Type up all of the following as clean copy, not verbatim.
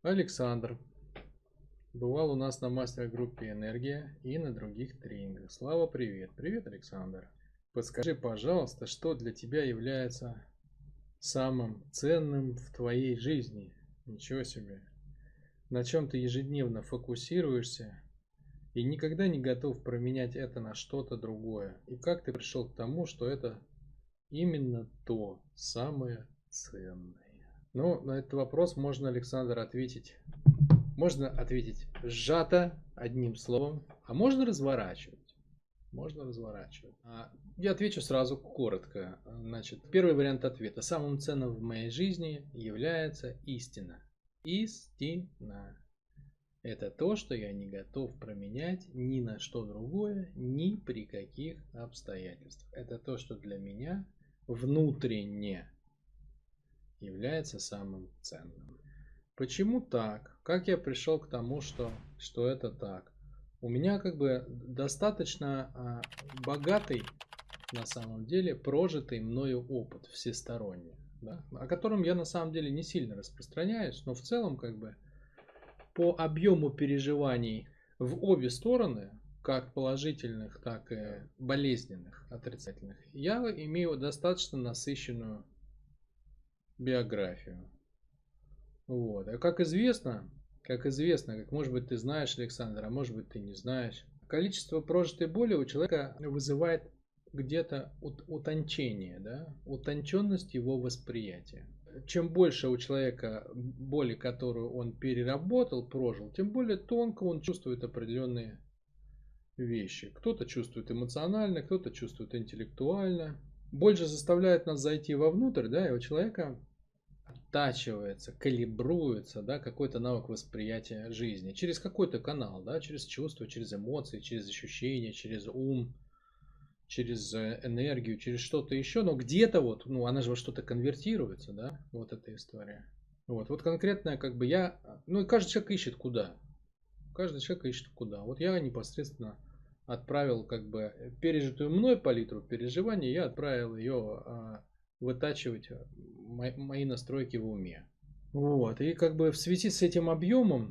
Александр бывал у нас на мастер-группе «Энергия» и на других тренингах. Слава, привет. Привет, Александр. Подскажи, пожалуйста, что для тебя является самым ценным в твоей жизни? Ничего себе. На чем ты ежедневно фокусируешься и никогда не готов променять это на что-то другое? И как ты пришел к тому, что это именно то самое ценное? Ну, на этот вопрос можно, Александр, ответить. Можно ответить сжато, одним словом, а можно разворачивать. Можно разворачивать. Я отвечу сразу коротко. Значит, первый вариант ответа. Самым ценным в моей жизни является истина. Истина. Это то, что я не готов променять ни на что другое, ни при каких обстоятельствах. Это то, что для меня внутренне является самым ценным. Почему так? Как я пришел к тому, что это так? У меня как бы достаточно богатый, на самом деле, прожитый мною опыт всесторонний, да, о котором я на самом деле не сильно распространяюсь, но в целом как бы по объему переживаний в обе стороны, как положительных, так и болезненных, отрицательных, я имею достаточно насыщенную биографию. Вот. А как известно, как может быть ты знаешь, Александр, а может быть ты не знаешь, количество прожитой боли у человека вызывает где-то утончение, да? Утонченность его восприятия. Чем больше у человека боли, которую он переработал, прожил, тем более тонко он чувствует определенные вещи. Кто-то чувствует эмоционально, кто-то чувствует интеллектуально. Боль же заставляет нас зайти вовнутрь, да, и у человека оттачивается, калибруется, да, какой-то навык восприятия жизни через какой-то канал, да, через чувства, через эмоции, через ощущения, через ум, через энергию, через что-то еще, но где-то вот, ну, она же во что-то конвертируется, да, вот эта история. Вот конкретно как бы я, ну, и каждый человек ищет куда, Вот я непосредственно отправил как бы пережитую мной палитру переживаний, я отправил ее вытачивать мои настройки в уме. Вот. И как бы в связи с этим объемом,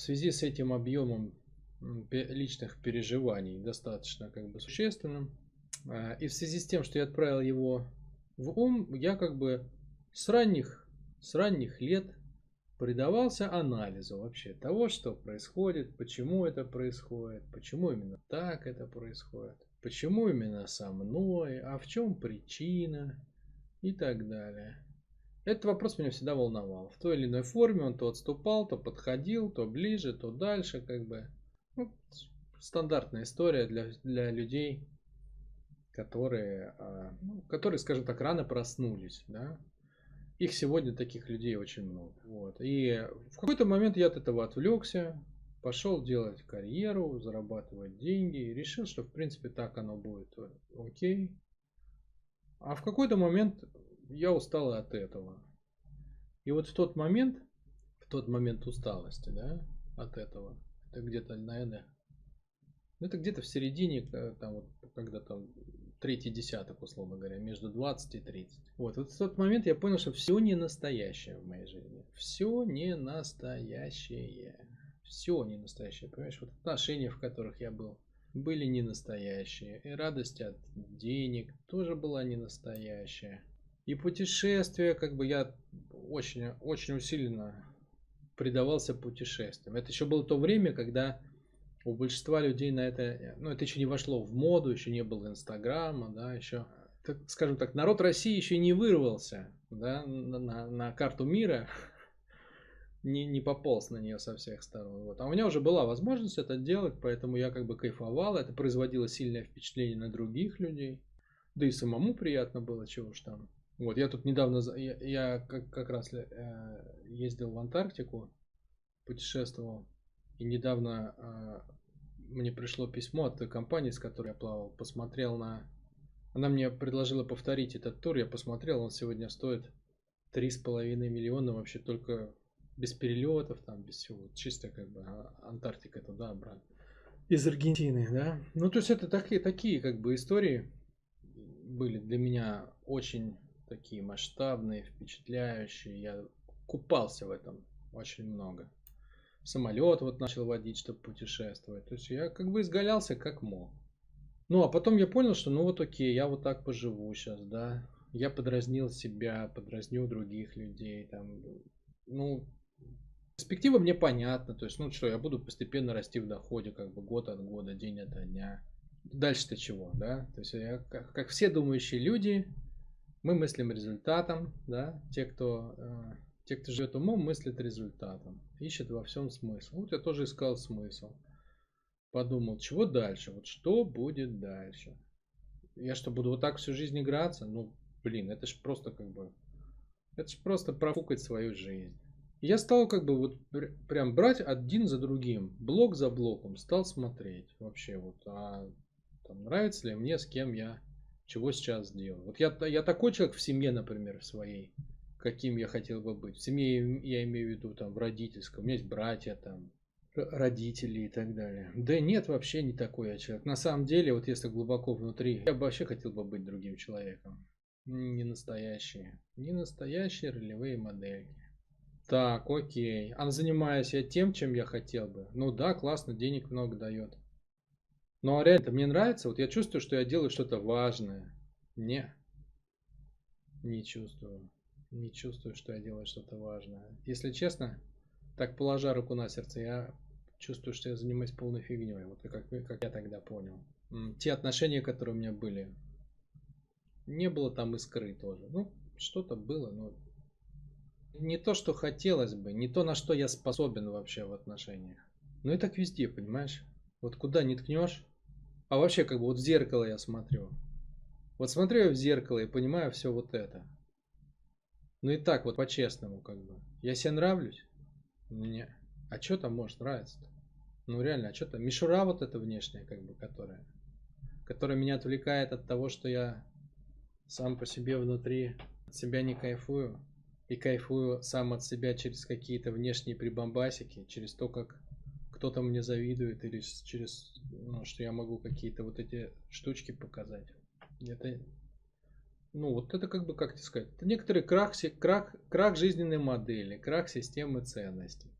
личных переживаний достаточно как бы существенным, и в связи с тем, что я отправил его в ум, я как бы с ранних лет предавался анализу вообще того, что происходит, почему это происходит, почему именно так это происходит, почему именно со мной, а в чем причина и так далее. Этот вопрос меня всегда волновал. В той или иной форме он то отступал, то подходил, то ближе, то дальше, как бы. Ну, стандартная история для людей, которые, скажем так, рано проснулись, да. Их сегодня таких людей очень много. Вот. И в какой-то момент я от этого отвлекся, пошел делать карьеру, зарабатывать деньги и решил, что в принципе так оно будет окей. А в какой-то момент я устал от этого. И вот в тот момент усталости, да, от этого, это где-то, наверное, это где-то в середине, там вот, когда там третий десяток, условно говоря, между 20 и 30. Вот в тот момент я понял, что все не настоящее в моей жизни. Все не настоящее. Все не настоящее, понимаешь? Вот отношения, в которых я был, были не настоящие. И радость от денег тоже была не настоящая. И путешествия, как бы я очень, очень усиленно предавался путешествиям. Это еще было то время, когда у большинства людей на это, ну, это еще не вошло в моду, еще не было Инстаграма, да, еще, скажем так, народ России еще не вырвался, да, на карту мира, не пополз на нее со всех сторон. Вот. А у меня уже была возможность это делать, поэтому я как бы кайфовал, это производило сильное впечатление на других людей, да и самому приятно было, чего уж там. Вот, я тут недавно, я как раз ездил в Антарктику, путешествовал, и недавно мне пришло письмо от той компании, с которой я плавал, посмотрел она мне предложила повторить этот тур, я посмотрел, он сегодня стоит 3,5 миллиона вообще только без перелетов, там, без всего, чисто как бы Антарктика туда-обратно. Из Аргентины, да. Ну, то есть это такие как бы истории были для меня очень такие масштабные, впечатляющие. Я купался в этом очень много. Самолет вот начал водить, чтобы путешествовать. То есть я как бы изгалялся как мог. Ну, а потом я понял, что ну вот окей, я вот так поживу сейчас, да. Я подразнил себя, подразнил других людей, там, ну, перспектива мне понятна, то есть, ну что, я буду постепенно расти в доходе, как бы год от года, день ото дня. Дальше-то чего, да? То есть, я, как все думающие люди, мы мыслим результатом, да? Те, кто живет умом, мыслят результатом, ищет во всем смысл. Вот я тоже искал смысл. Подумал, чего дальше? Вот что будет дальше? Я что, буду вот так всю жизнь играться? Ну, блин, это ж просто как бы... Это ж просто профукать свою жизнь. И я стал как бы вот прям брать один за другим, блок за блоком, стал смотреть вообще вот, а там, нравится ли мне, с кем я, чего сейчас делаю. Вот я такой человек в семье, например, в своей, каким я хотел бы быть. В семье я имею в виду там в родительском. У меня есть братья там, родители и так далее. Да нет, вообще не такой я человек. На самом деле, вот если глубоко внутри, я бы вообще хотел бы быть другим человеком. Не настоящие. Не настоящие ролевые модели. Так, окей. А занимаюсь я тем, чем я хотел бы. Ну да, классно, денег много дает. Но реально мне нравится. Вот я чувствую, что я делаю что-то важное. Не чувствую. Не чувствую, что я делаю что-то важное. Если честно, так положа руку на сердце, я чувствую, что я занимаюсь полной фигней. Вот как я тогда понял. Те отношения, которые у меня были, не было там искры тоже. Ну, что-то было, но не то, что хотелось бы, не то, на что я способен вообще в отношениях. Ну и так везде, понимаешь? Вот куда ни ткнешь. А вообще, как бы вот в зеркало я смотрю. Вот смотрю я в зеркало и понимаю все вот это. Ну и так вот по-честному как бы. Я себе нравлюсь? Не. А что там может нравиться-то? Ну реально, а что там? Мишура вот эта внешняя, как бы, которая меня отвлекает от того, что я сам по себе внутри от себя не кайфую. И кайфую сам от себя через какие-то внешние прибамбасики, через то, как кто-то мне завидует, или через, ну, что я могу какие-то вот эти штучки показать. Это, ну, вот это как бы, как тебе сказать, это некоторый крах жизненной модели, крах системы ценностей.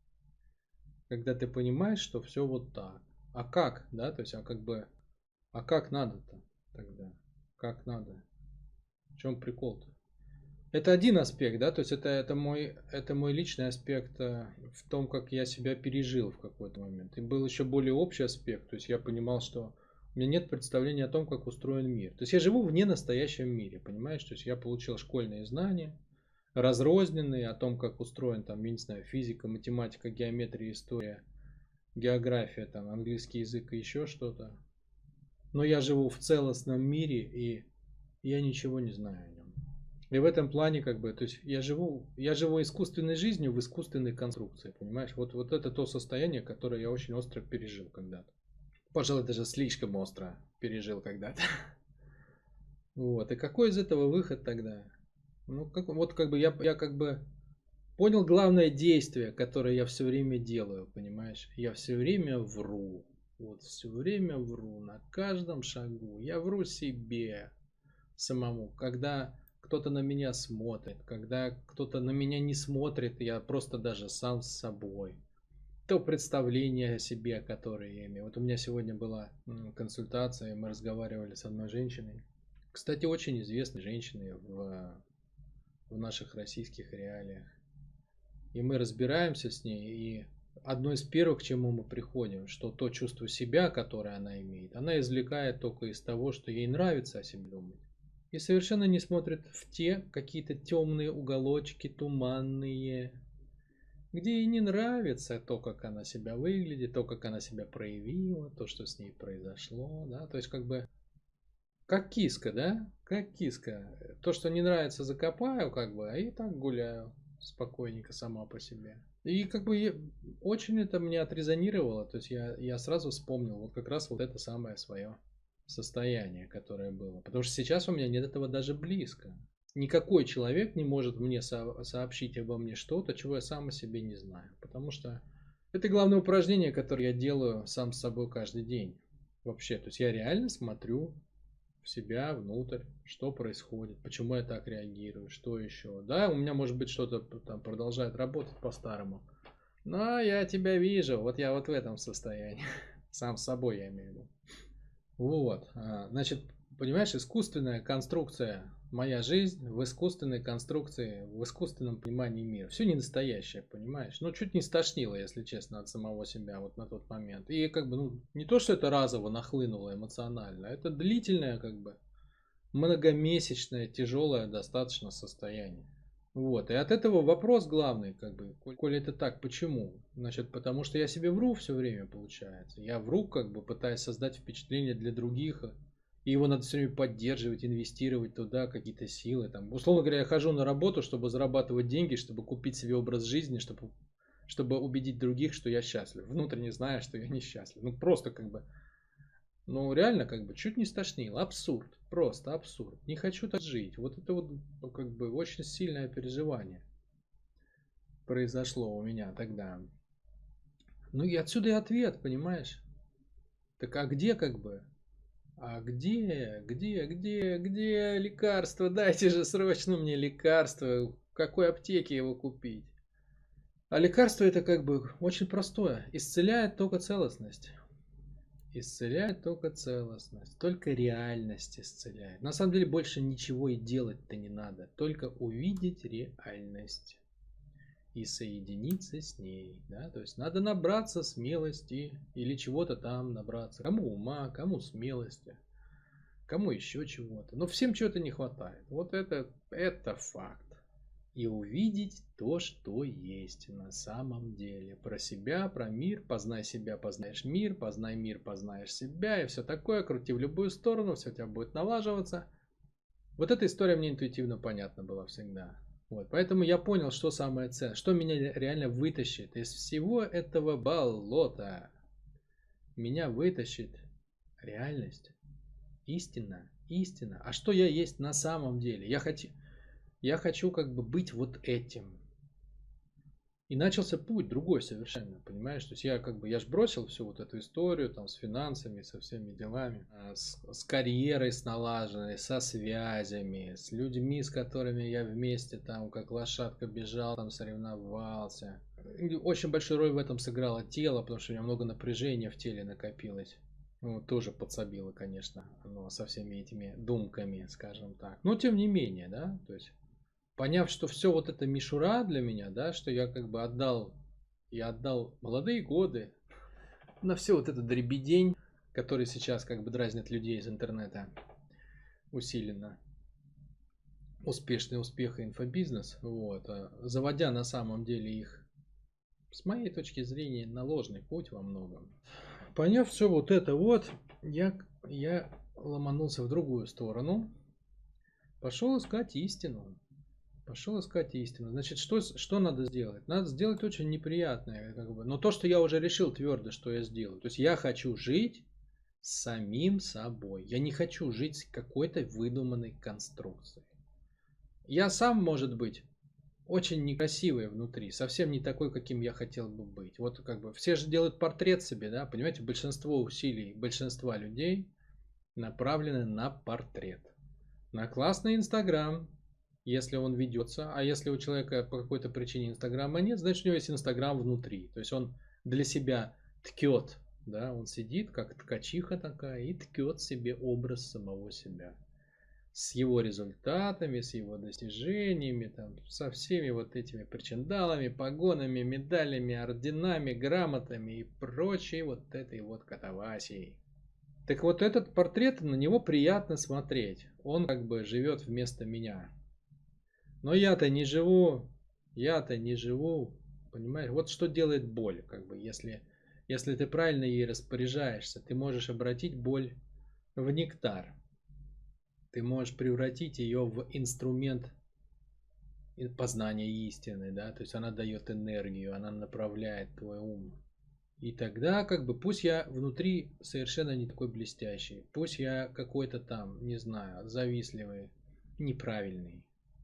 Когда ты понимаешь, что все вот так. А как, да, то есть, а как бы, а как надо-то тогда? Как надо? В чем прикол-то? Это один аспект, да, то есть это мой личный аспект в том, как я себя пережил в какой-то момент. И был еще более общий аспект, то есть я понимал, что у меня нет представления о том, как устроен мир. То есть я живу в ненастоящем мире, понимаешь? То есть я получил школьные знания, разрозненные о том, как устроен там, я не знаю, физика, математика, геометрия, история, география, там, английский язык и еще что-то. Но я живу в целостном мире, и я ничего не знаю о нем. И в этом плане, как бы, то есть я живу искусственной жизнью в искусственной конструкции, понимаешь? Вот это то состояние, которое я очень остро пережил когда-то. Пожалуй, даже слишком остро пережил когда-то. Вот. И какой из этого выход тогда? Ну, вот как бы я как бы понял главное действие, которое я все время делаю, понимаешь? Я все время вру. Вот все время вру на каждом шагу. Я вру себе самому. Когда кто-то на меня смотрит, когда кто-то на меня не смотрит, я просто даже сам с собой. То представление о себе, которое я имею. Вот у меня сегодня была консультация, и мы разговаривали с одной женщиной. Кстати, очень известной женщиной в наших российских реалиях. И мы разбираемся с ней, и одно из первых, к чему мы приходим, что то чувство себя, которое она имеет, она извлекает только из того, что ей нравится о себе думать. И совершенно не смотрит в те какие-то темные уголочки, туманные, где ей не нравится то, как она себя выглядит, то, как она себя проявила, то, что с ней произошло, да, то есть как бы как киска, да, как киска. То, что не нравится, закопаю, как бы, а и так гуляю спокойненько сама по себе. И как бы очень это мне отрезонировало, то есть я сразу вспомнил вот как раз вот это самое свое состояние, которое было. Потому что сейчас у меня нет этого даже близко. Никакой человек не может мне сообщить обо мне что-то, чего я сам о себе не знаю. Потому что это главное упражнение, которое я делаю сам с собой каждый день. Вообще, то есть я реально смотрю в себя, внутрь, что происходит, почему я так реагирую, что еще. Да, у меня может быть что-то там продолжает работать по-старому. Но я тебя вижу, вот я вот в этом состоянии. Сам с собой я имею в виду. Вот, значит, понимаешь, искусственная конструкция, моя жизнь в искусственной конструкции, в искусственном понимании мира. Все не настоящее, понимаешь? Ну, чуть не стошнило, если честно, от самого себя вот на тот момент. И как бы, ну, не то, что это разово нахлынуло эмоционально, это длительное, как бы, многомесячное, тяжелое достаточно состояние. Вот, и от этого вопрос главный, как бы, коли это так, почему? Значит, потому что я себе вру все время, получается. Я вру, как бы, пытаясь создать впечатление для других, и его надо все время поддерживать, инвестировать туда какие-то силы. Там, условно говоря, я хожу на работу, чтобы зарабатывать деньги, чтобы купить себе образ жизни, чтобы убедить других, что я счастлив. Внутренне зная, что я несчастлив. Ну, просто как бы, ну, реально, как бы, чуть не стошнило. Абсурд. Просто абсурд. Не хочу так жить. Вот это вот, ну, как бы, очень сильное переживание произошло у меня тогда. Ну, и отсюда и ответ, понимаешь? Так а где, как бы? А где лекарство? Дайте же срочно мне лекарство. В какой аптеке его купить? А лекарство это как бы очень простое. Исцеляет только целостность. Исцеляет только целостность. Только реальность исцеляет. На самом деле больше ничего и делать-то не надо. Только увидеть реальность. И соединиться с ней. Да? То есть надо набраться смелости или чего-то там набраться. Кому ума, кому смелости. Кому еще чего-то. Но всем чего-то не хватает. Вот это факт. И увидеть то, что есть на самом деле. Про себя, про мир. Познай себя, познаешь мир. Познай мир, познаешь себя. И все такое. Крути в любую сторону. Все у тебя будет налаживаться. Вот эта история мне интуитивно понятна была всегда. Вот, поэтому я понял, что самое ценное. Что меня реально вытащит из всего этого болота. Меня вытащит реальность. Истина, истина. А что я есть на самом деле? Я хочу как бы быть вот этим. И начался путь другой совершенно, понимаешь? То есть я как бы, я же бросил всю вот эту историю там с финансами, со всеми делами, с карьерой, с налаженной, со связями, с людьми, с которыми я вместе там как лошадка бежал, там соревновался. И очень большую роль в этом сыграло тело, потому что у меня много напряжения в теле накопилось. Ну, тоже подсобило, конечно, но со всеми этими думками, скажем так. Но тем не менее, да, то есть поняв, что все вот это мишура для меня, да, что я как бы отдал молодые годы на все вот это дребедень, который сейчас как бы дразнит людей из интернета усиленно. Успешный успех и инфобизнес, вот, заводя на самом деле их, с моей точки зрения, на ложный путь во многом. Поняв все вот это вот, я ломанулся в другую сторону, пошел искать истину. Пошел искать истину. Значит, что надо сделать? Надо сделать очень неприятное, как бы. Но то, что я уже решил твердо, что я сделаю. То есть я хочу жить самим собой. Я не хочу жить с какой-то выдуманной конструкцией. Я сам, может быть, очень некрасивый внутри, совсем не такой, каким я хотел бы быть. Вот как бы все же делают портрет себе, да, понимаете, большинство усилий большинства людей направлены на портрет. На классный Инстаграм, если он ведется, а если у человека по какой-то причине Инстаграма нет, значит у него есть Инстаграм внутри. То есть он для себя ткет, да, он сидит как ткачиха такая и ткет себе образ самого себя. С его результатами, с его достижениями, там, со всеми вот этими причиндалами, погонами, медалями, орденами, грамотами и прочей вот этой вот катавасией. Так вот этот портрет, на него приятно смотреть. Он как бы живет вместо меня. Но я-то не живу, понимаешь? Вот что делает боль, как бы, если ты правильно ей распоряжаешься, ты можешь обратить боль в нектар. Ты можешь превратить ее в инструмент познания истины, да, то есть она дает энергию, она направляет твой ум. И тогда, как бы, пусть я внутри совершенно не такой блестящий, пусть я какой-то там, не знаю, завистливый, неправильный,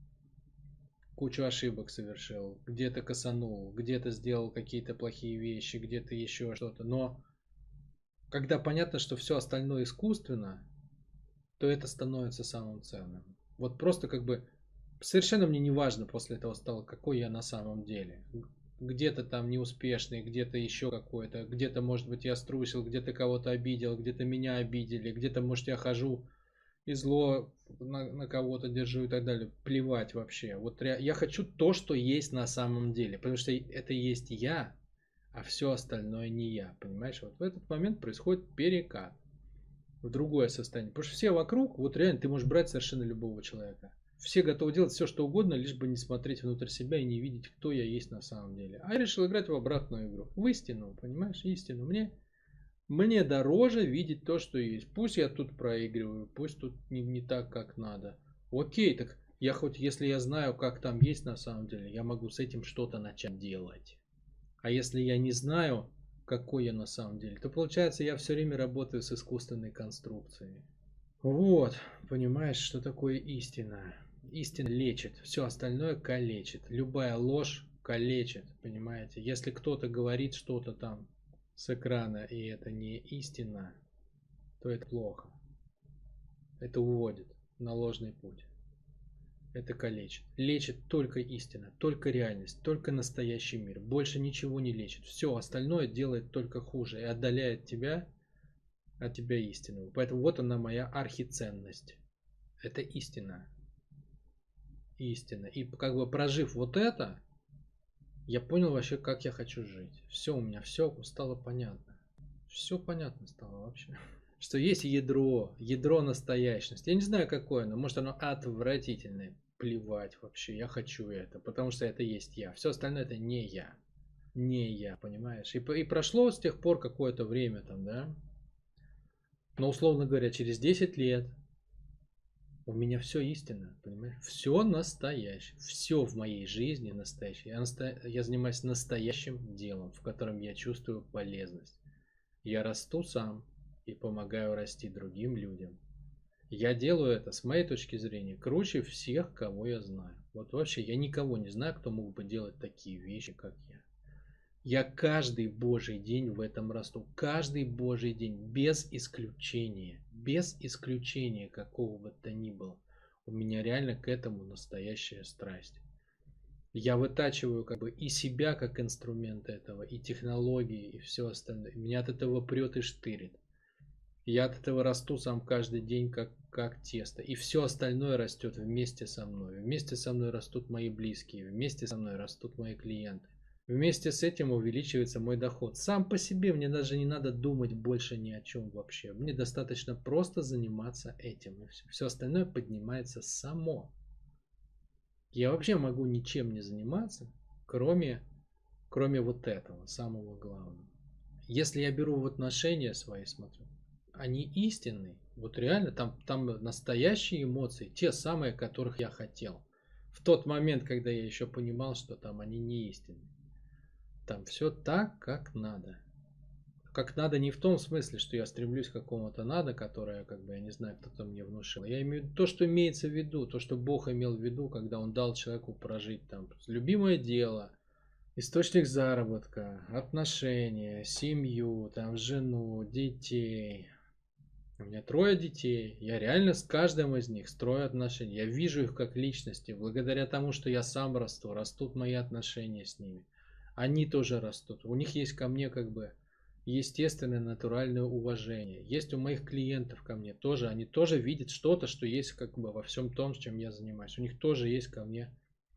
кучу ошибок совершил, где-то косанул, где-то сделал какие-то плохие вещи, где-то еще что-то, но когда понятно, что все остальное искусственно, то это становится самым ценным. Вот просто как бы совершенно мне не важно после этого стало, какой я на самом деле. где-то там неуспешный, где-то еще какой-то, где-то, может быть, я струсил, где-то кого-то обидел, где-то меня обидели, где-то, может, я хожу и зло на кого-то держу и так далее. Плевать вообще. Вот я хочу то, что есть на самом деле, потому что это есть я, а все остальное не я, понимаешь? Вот в этот момент происходит перекат в другое состояние. Потому что все вокруг, вот реально ты можешь брать совершенно любого человека. Все готовы делать все, что угодно, лишь бы не смотреть внутрь себя и не видеть, кто я есть на самом деле. А я решил играть в обратную игру. В истину, понимаешь? Истину. Мне дороже видеть то, что есть. Пусть я тут проигрываю, пусть тут не так, как надо. Окей, так я хоть, если я знаю, как там есть на самом деле, я могу с этим что-то начать делать. А если я не знаю, какой я на самом деле, то получается я все время работаю с искусственной конструкцией. Вот, понимаешь, что такое истина. Истина лечит, все остальное калечит. Любая ложь калечит, понимаете. Если кто-то говорит что-то там с экрана, и это не истина, то это плохо. Это уводит на ложный путь. Это калечит. Лечит только истина, только реальность, только настоящий мир. Больше ничего не лечит. Все остальное делает только хуже и отдаляет тебя от тебя истину. Поэтому вот она моя архиценность. Это истина. Истина. И как бы прожив вот это, я понял вообще, как я хочу жить. Все у меня, все стало понятно. Все понятно стало вообще. Что есть ядро настоящности. Я не знаю, какое оно. Может, оно отвратительное. Плевать вообще. Я хочу это. Потому что это есть я. Все остальное это не я. Не я, понимаешь? И прошло с тех пор какое-то время там, да? Но, условно говоря, через 10 лет у меня все истинно, понимаешь? Все настоящее. Все в моей жизни настоящее. Я занимаюсь настоящим делом, в котором я чувствую полезность. Я расту сам и помогаю расти другим людям. Я делаю это, с моей точки зрения, круче всех, кого я знаю. Вот вообще я никого не знаю, кто мог бы делать такие вещи, как я. Я каждый божий день в этом расту. Каждый божий день, без исключения. Без исключения какого бы то ни было. У меня реально к этому настоящая страсть. Я вытачиваю как бы и себя как инструмент этого, и технологии, и все остальное. Меня от этого прет и штырит. Я от этого расту сам каждый день как тесто. И все остальное растет вместе со мной. Вместе со мной растут мои близкие. Вместе со мной растут мои клиенты. Вместе с этим увеличивается мой доход. Сам по себе мне даже не надо думать больше ни о чем вообще. Мне достаточно просто заниматься этим. И все остальное поднимается само. Я вообще могу ничем не заниматься, кроме вот этого, самого главного. Если я беру в отношения свои, смотрю, они истинные. Вот реально там настоящие эмоции, те самые, которых я хотел. В тот момент, когда я еще понимал, что там они не истинные. Там все так, как надо. Как надо не в том смысле, что я стремлюсь к какому-то надо, которое, как бы, я не знаю, кто-то мне внушил. Я имею в виду то, что имеется в виду, то, что Бог имел в виду, когда Он дал человеку прожить там любимое дело, источник заработка, отношения, семью, там, жену, детей. У меня 3 детей. Я реально с каждым из них строю отношения. Я вижу их как личности. Благодаря тому, что я сам расту, растут мои отношения с ними. Они тоже растут. У них есть ко мне как бы естественное натуральное уважение. Есть у моих клиентов ко мне тоже. Они тоже видят что-то, что есть как бы во всем том, чем я занимаюсь. У них тоже есть ко мне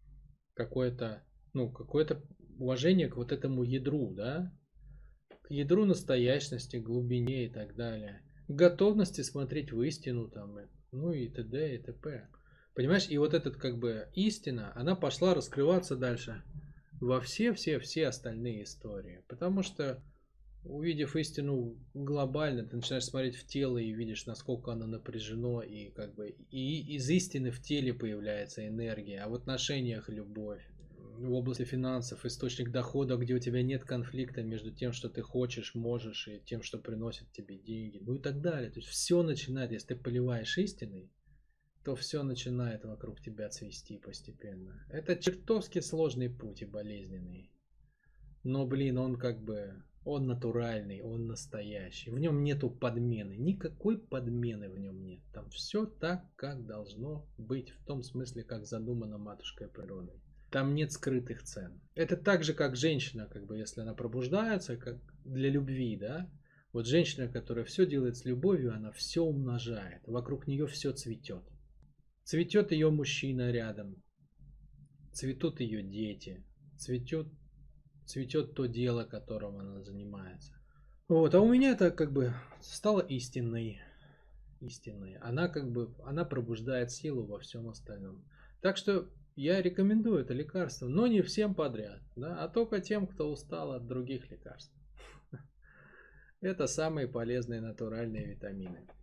какое-то уважение к вот этому ядру, да? К ядру настоящности, глубине и так далее. Готовности смотреть в истину там, ну и т.д. и т.п. Понимаешь, и вот этот как бы истина, она пошла раскрываться дальше во все остальные истории. Потому что, увидев истину глобально, ты начинаешь смотреть в тело и видишь, насколько оно напряжено, и как бы и из истины в теле появляется энергия, а в отношениях любовь. В области финансов источник дохода, где у тебя нет конфликта между тем, что ты хочешь, можешь, и тем, что приносит тебе деньги, ну и так далее. То есть все начинает, если ты поливаешь истиной, то все начинает вокруг тебя цвести постепенно. Это чертовски сложный путь и болезненный. Но, блин, он как бы, он натуральный, он настоящий. В нем нету подмены, никакой подмены в нем нет. Там все так, как должно быть, в том смысле, как задумано матушкой природой. Там нет скрытых цен. Это так же, как женщина, как бы, если она пробуждается, как для любви, да. Вот женщина, которая все делает с любовью, она все умножает. Вокруг нее все цветет. Цветет ее мужчина рядом, цветут ее дети, цветет то дело, которым она занимается. Вот, а у меня это как бы стало истинной. Истинной. Она как бы, она пробуждает силу во всем остальном. Так что я рекомендую это лекарство, но не всем подряд, да, а только тем, кто устал от других лекарств. Это самые полезные натуральные витамины.